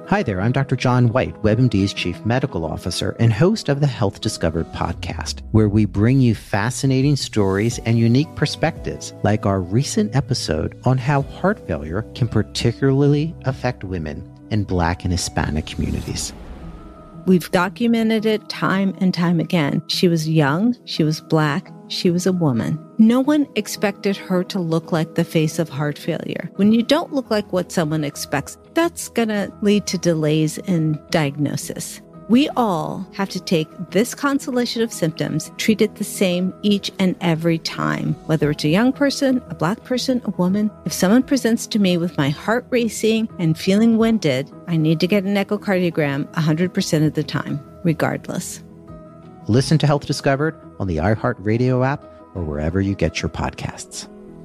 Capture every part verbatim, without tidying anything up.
Hi there, I'm Doctor John White, WebMD's Chief Medical Officer and host of the Health Discovered podcast, where we bring you fascinating stories and unique perspectives, like our recent episode on how heart failure can particularly affect women in Black and Hispanic communities. We've documented it time and time again. She was young, she was Black, she was a woman. No one expected her to look like the face of heart failure. When you don't look like what someone expects, that's going to lead to delays in diagnosis. We all have to take this constellation of symptoms, treat it the same each and every time, whether it's a young person, a Black person, a woman. If someone presents to me with my heart racing and feeling winded, I need to get an echocardiogram one hundred percent of the time, regardless. Listen to Health Discovered on the iHeartRadio app or wherever you get your podcasts.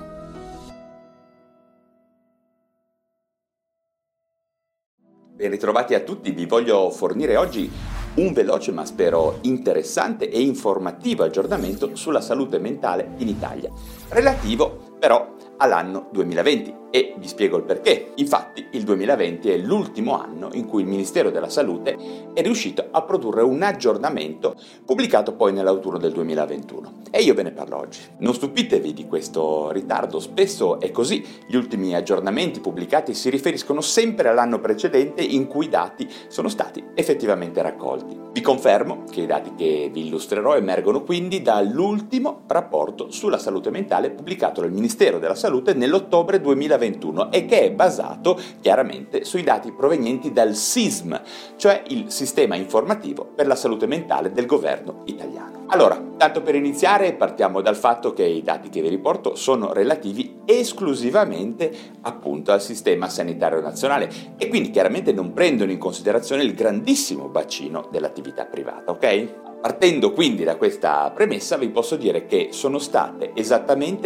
Ben ritrovati a tutti, vi voglio fornire oggi un veloce ma spero interessante e informativo aggiornamento sulla salute mentale in Italia, relativo però all'anno duemilaventi, e vi spiego il perché. Infatti il duemilaventi è l'ultimo anno in cui il Ministero della Salute è riuscito a produrre un aggiornamento pubblicato poi nell'autunno del duemilaventuno, e io ve ne parlo oggi. Non stupitevi di questo ritardo, spesso è così, gli ultimi aggiornamenti pubblicati si riferiscono sempre all'anno precedente in cui i dati sono stati effettivamente raccolti. Vi confermo che i dati che vi illustrerò emergono quindi dall'ultimo rapporto sulla salute mentale pubblicato dal Ministero della Salute nell'ottobre duemilaventuno e che è basato chiaramente sui dati provenienti dal SISM, cioè il Sistema Informativo per la Salute Mentale del Governo italiano. Allora, tanto per iniziare, partiamo dal fatto che i dati che vi riporto sono relativi esclusivamente appunto al Sistema Sanitario Nazionale e quindi chiaramente non prendono in considerazione il grandissimo bacino dell'attività privata, ok? Partendo quindi da questa premessa vi posso dire che sono state esattamente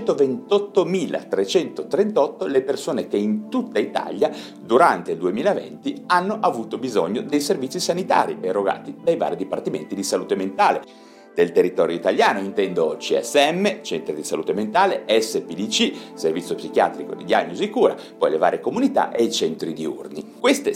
settecentoventottomilatrecentotrentotto le persone che in tutta Italia durante il duemilaventi hanno avuto bisogno dei servizi sanitari erogati dai vari dipartimenti di salute mentale del territorio italiano, intendo C S M, centri di salute mentale, S P D C, servizio psichiatrico di diagnosi e cura, poi le varie comunità e i centri diurni. Queste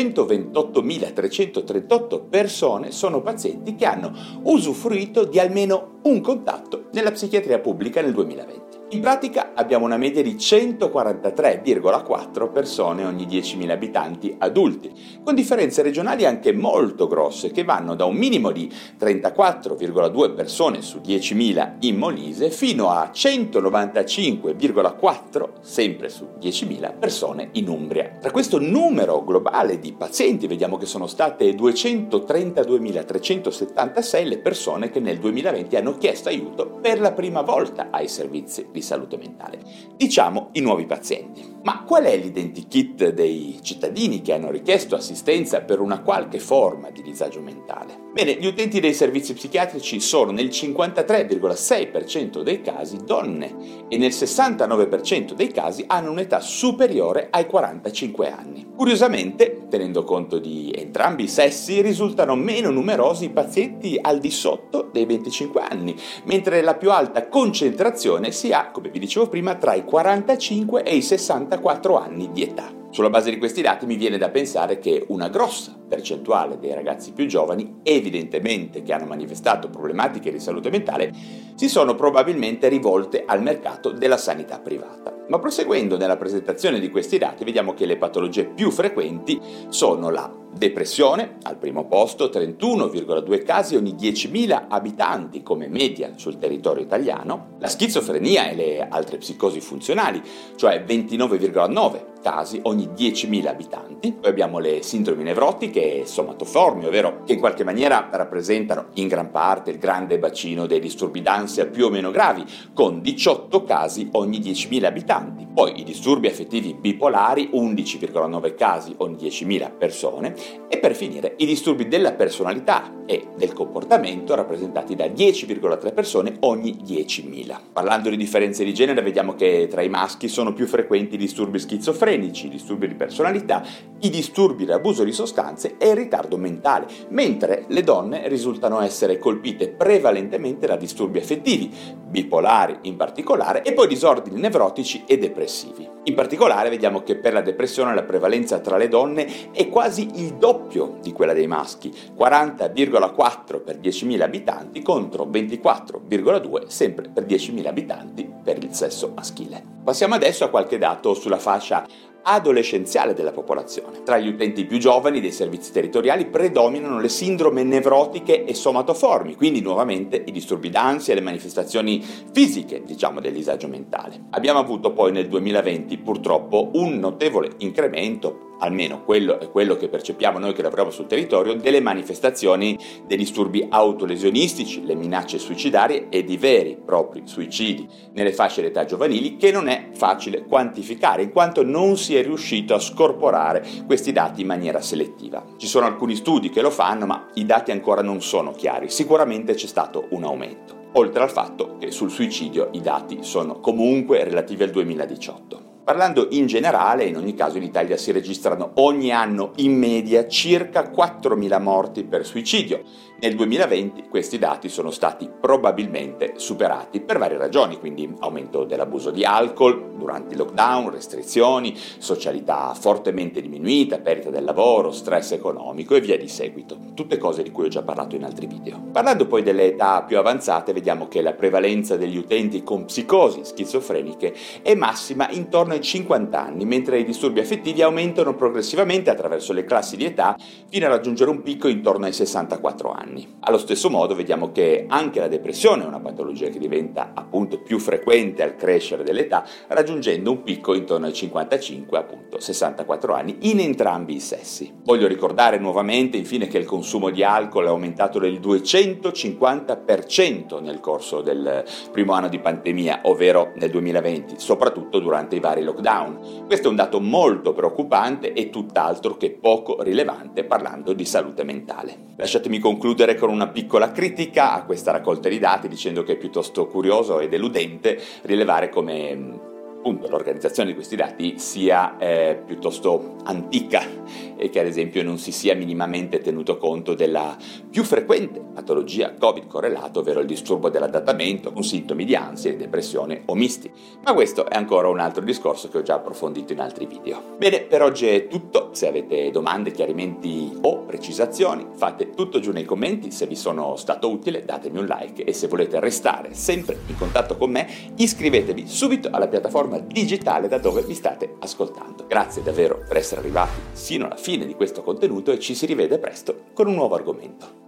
settecentoventottomilatrecentotrentotto persone sono pazienti che hanno usufruito di almeno un contatto nella psichiatria pubblica nel duemilaventi. In pratica abbiamo una media di centoquarantatré virgola quattro persone ogni diecimila abitanti adulti, con differenze regionali anche molto grosse che vanno da un minimo di trentaquattro virgola due persone su diecimila in Molise fino a centonovantacinque virgola quattro, sempre su diecimila persone in Umbria. Tra questo numero globale di pazienti vediamo che sono state duecentotrentaduemilatrecentosettantasei le persone che nel duemilaventi hanno chiesto aiuto per la prima volta ai servizi di salute mentale, diciamo i nuovi pazienti. Ma qual è l'identikit dei cittadini che hanno richiesto assistenza per una qualche forma di disagio mentale? Bene, gli utenti dei servizi psichiatrici sono nel cinquantatré virgola sei per cento dei casi donne e nel sessantanove per cento dei casi hanno un'età superiore ai quarantacinque anni. Curiosamente, tenendo conto di entrambi i sessi, risultano meno numerosi i pazienti al di sotto dei venticinque anni, mentre la più alta concentrazione si ha, come vi dicevo prima, tra i quarantacinque e i sessantaquattro anni di età. Sulla base di questi dati mi viene da pensare che una grossa percentuale dei ragazzi più giovani, evidentemente che hanno manifestato problematiche di salute mentale, si sono probabilmente rivolte al mercato della sanità privata. Ma proseguendo nella presentazione di questi dati vediamo che le patologie più frequenti sono la depressione, al primo posto, trentuno virgola due casi ogni diecimila abitanti come media sul territorio italiano, la schizofrenia e le altre psicosi funzionali, cioè ventinove virgola nove casi ogni diecimila abitanti. Poi abbiamo le sindromi nevrotiche e somatoformi, ovvero che in qualche maniera rappresentano in gran parte il grande bacino dei disturbi d'ansia più o meno gravi, con diciotto casi ogni diecimila abitanti. Poi i disturbi affettivi bipolari, undici virgola nove casi ogni diecimila persone, e per finire i disturbi della personalità e del comportamento rappresentati da dieci virgola tre persone ogni diecimila. Parlando di differenze di genere vediamo che tra i maschi sono più frequenti i disturbi schizofrenici, schizofrenici, i disturbi di personalità, i disturbi d'abuso di sostanze e il ritardo mentale, mentre le donne risultano essere colpite prevalentemente da disturbi affettivi, bipolari in particolare, e poi disordini nevrotici e depressivi. In particolare vediamo che per la depressione la prevalenza tra le donne è quasi il doppio di quella dei maschi, quaranta virgola quattro per diecimila abitanti contro ventiquattro virgola due sempre per diecimila abitanti per il sesso maschile. Passiamo adesso a qualche dato sulla fascia adolescenziale della popolazione. Tra gli utenti più giovani dei servizi territoriali predominano le sindrome nevrotiche e somatoformi, quindi nuovamente i disturbi d'ansia e le manifestazioni fisiche, diciamo, del disagio mentale. Abbiamo avuto poi nel duemilaventi purtroppo un notevole incremento, almeno quello è quello che percepiamo noi che lavoriamo sul territorio, delle manifestazioni dei disturbi autolesionistici, le minacce suicidarie e di veri e propri suicidi nelle fasce d'età giovanili, che non è facile quantificare in quanto non si è riuscito a scorporare questi dati in maniera selettiva. Ci sono alcuni studi che lo fanno, ma i dati ancora non sono chiari. Sicuramente c'è stato un aumento, oltre al fatto che sul suicidio i dati sono comunque relativi al duemiladiciotto. Parlando in generale, in ogni caso in Italia si registrano ogni anno in media circa quattromila morti per suicidio. Nel duemilaventi questi dati sono stati probabilmente superati per varie ragioni, quindi aumento dell'abuso di alcol durante il lockdown, restrizioni, socialità fortemente diminuita, perdita del lavoro, stress economico e via di seguito. Tutte cose di cui ho già parlato in altri video. Parlando poi delle età più avanzate, vediamo che la prevalenza degli utenti con psicosi schizofreniche è massima intorno ai cinquanta anni, mentre i disturbi affettivi aumentano progressivamente attraverso le classi di età fino a raggiungere un picco intorno ai sessantaquattro anni. Allo stesso modo vediamo che anche la depressione è una patologia che diventa appunto più frequente al crescere dell'età, raggiungendo un picco intorno ai cinquantacinque, appunto sessantaquattro anni, in entrambi i sessi. Voglio ricordare nuovamente infine che il consumo di alcol è aumentato del duecentocinquanta per cento nel corso del primo anno di pandemia, ovvero nel duemilaventi, soprattutto durante i vari lockdown. Questo è un dato molto preoccupante e tutt'altro che poco rilevante parlando di salute mentale. Lasciatemi concludere con una piccola critica a questa raccolta di dati, dicendo che è piuttosto curioso e deludente rilevare come appunto l'organizzazione di questi dati sia eh, piuttosto antica e che ad esempio non si sia minimamente tenuto conto della più frequente patologia Covid correlata, ovvero il disturbo dell'adattamento con sintomi di ansia e depressione o misti. Ma questo è ancora un altro discorso che ho già approfondito in altri video. Bene, per oggi è tutto. Se avete domande, chiarimenti o precisazioni, fate tutto giù nei commenti. Se vi sono stato utile, datemi un like, e se volete restare sempre in contatto con me, iscrivetevi subito alla piattaforma digitale da dove mi state ascoltando. Grazie davvero per essere arrivati sino alla fine di questo contenuto e ci si rivede presto con un nuovo argomento.